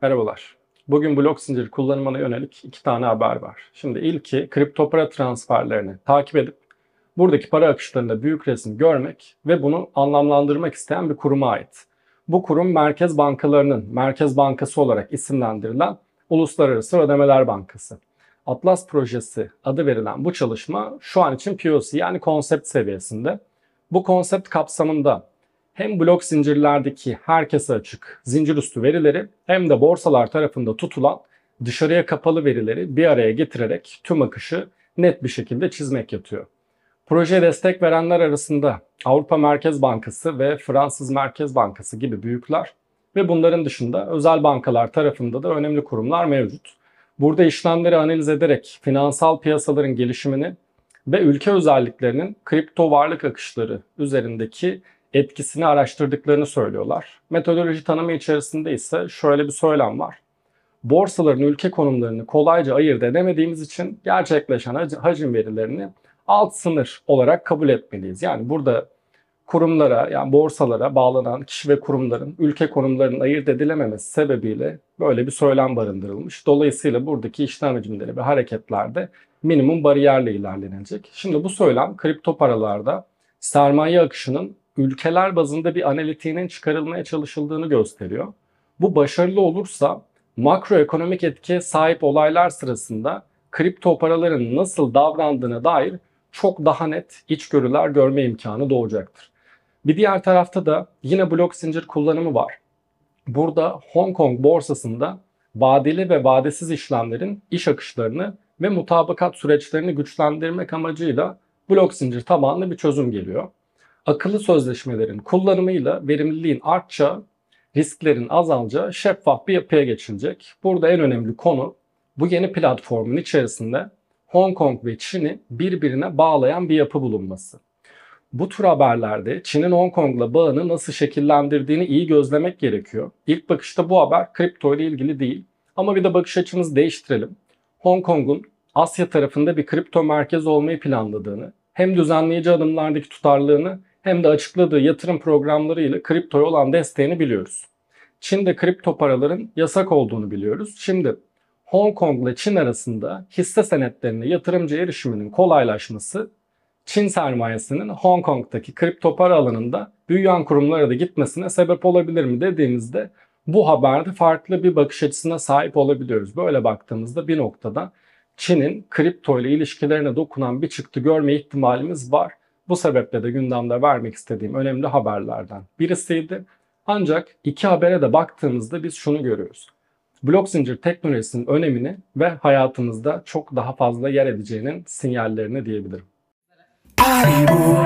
Merhabalar. Bugün blok zinciri kullanımına yönelik iki tane haber var. Şimdi ilki kripto para transferlerini takip edip buradaki para akışlarında büyük resim görmek ve bunu anlamlandırmak isteyen bir kuruma ait. Bu kurum merkez bankalarının merkez bankası olarak isimlendirilen Uluslararası Ödemeler Bankası. Atlas projesi adı verilen bu çalışma şu an için POC yani konsept seviyesinde. Bu konsept kapsamında hem blok zincirlerdeki herkese açık zincirüstü verileri hem de borsalar tarafında tutulan dışarıya kapalı verileri bir araya getirerek tüm akışı net bir şekilde çizmek yatıyor. Projeye destek verenler arasında Avrupa Merkez Bankası ve Fransız Merkez Bankası gibi büyükler ve bunların dışında özel bankalar tarafında da önemli kurumlar mevcut. Burada işlemleri analiz ederek finansal piyasaların gelişimini ve ülke özelliklerinin kripto varlık akışları üzerindeki etkisini araştırdıklarını söylüyorlar. Metodoloji tanımı içerisinde ise şöyle bir söylem var. Borsaların ülke konumlarını kolayca ayırt edemediğimiz için gerçekleşen hacim verilerini alt sınır olarak kabul etmeliyiz. Yani burada kurumlara yani borsalara bağlanan kişi ve kurumların ülke konumlarının ayırt edilememesi sebebiyle böyle bir söylem barındırılmış. Dolayısıyla buradaki işlem hacimleri ve hareketlerde minimum bariyerle ilerlenecek. Şimdi bu söylem kripto paralarda sermaye akışının ülkeler bazında bir analitiğinin çıkarılmaya çalışıldığını gösteriyor. Bu başarılı olursa makroekonomik etkiye sahip olaylar sırasında kripto paraların nasıl davrandığına dair çok daha net içgörüler görme imkanı doğacaktır. Bir diğer tarafta da yine blok zincir kullanımı var. Burada Hong Kong borsasında vadeli ve vadesiz işlemlerin iş akışlarını ve mutabakat süreçlerini güçlendirmek amacıyla blok zincir tabanlı bir çözüm geliyor. Akıllı sözleşmelerin kullanımıyla verimliliğin artacağı, risklerin azalacağı şeffaf bir yapıya geçilecek. Burada en önemli konu bu yeni platformun içerisinde Hong Kong ve Çin'i birbirine bağlayan bir yapı bulunması. Bu tür haberlerde Çin'in Hong Kong'la bağını nasıl şekillendirdiğini iyi gözlemek gerekiyor. İlk bakışta bu haber kripto ile ilgili değil. Ama bir de bakış açımızı değiştirelim. Hong Kong'un Asya tarafında bir kripto merkezi olmayı planladığını, hem düzenleyici adımlardaki tutarlılığını hem de açıkladığı yatırım programlarıyla kriptoya olan desteğini biliyoruz. Çin'de kripto paraların yasak olduğunu biliyoruz. Şimdi Hong Kong ile Çin arasında hisse senetlerine yatırımcı erişiminin kolaylaşması Çin sermayesinin Hong Kong'daki kripto para alanında büyüyen kurumlara da gitmesine sebep olabilir mi dediğimizde bu haberde farklı bir bakış açısına sahip olabiliyoruz. Böyle baktığımızda bir noktada Çin'in kripto ile ilişkilerine dokunan bir çıktı görme ihtimalimiz var. Bu sebeple de gündemde vermek istediğim önemli haberlerden birisiydi. Ancak iki habere de baktığımızda biz şunu görüyoruz. Blok zincir teknolojisinin önemini ve hayatımızda çok daha fazla yer edeceğinin sinyallerini diyebilirim. Party boy.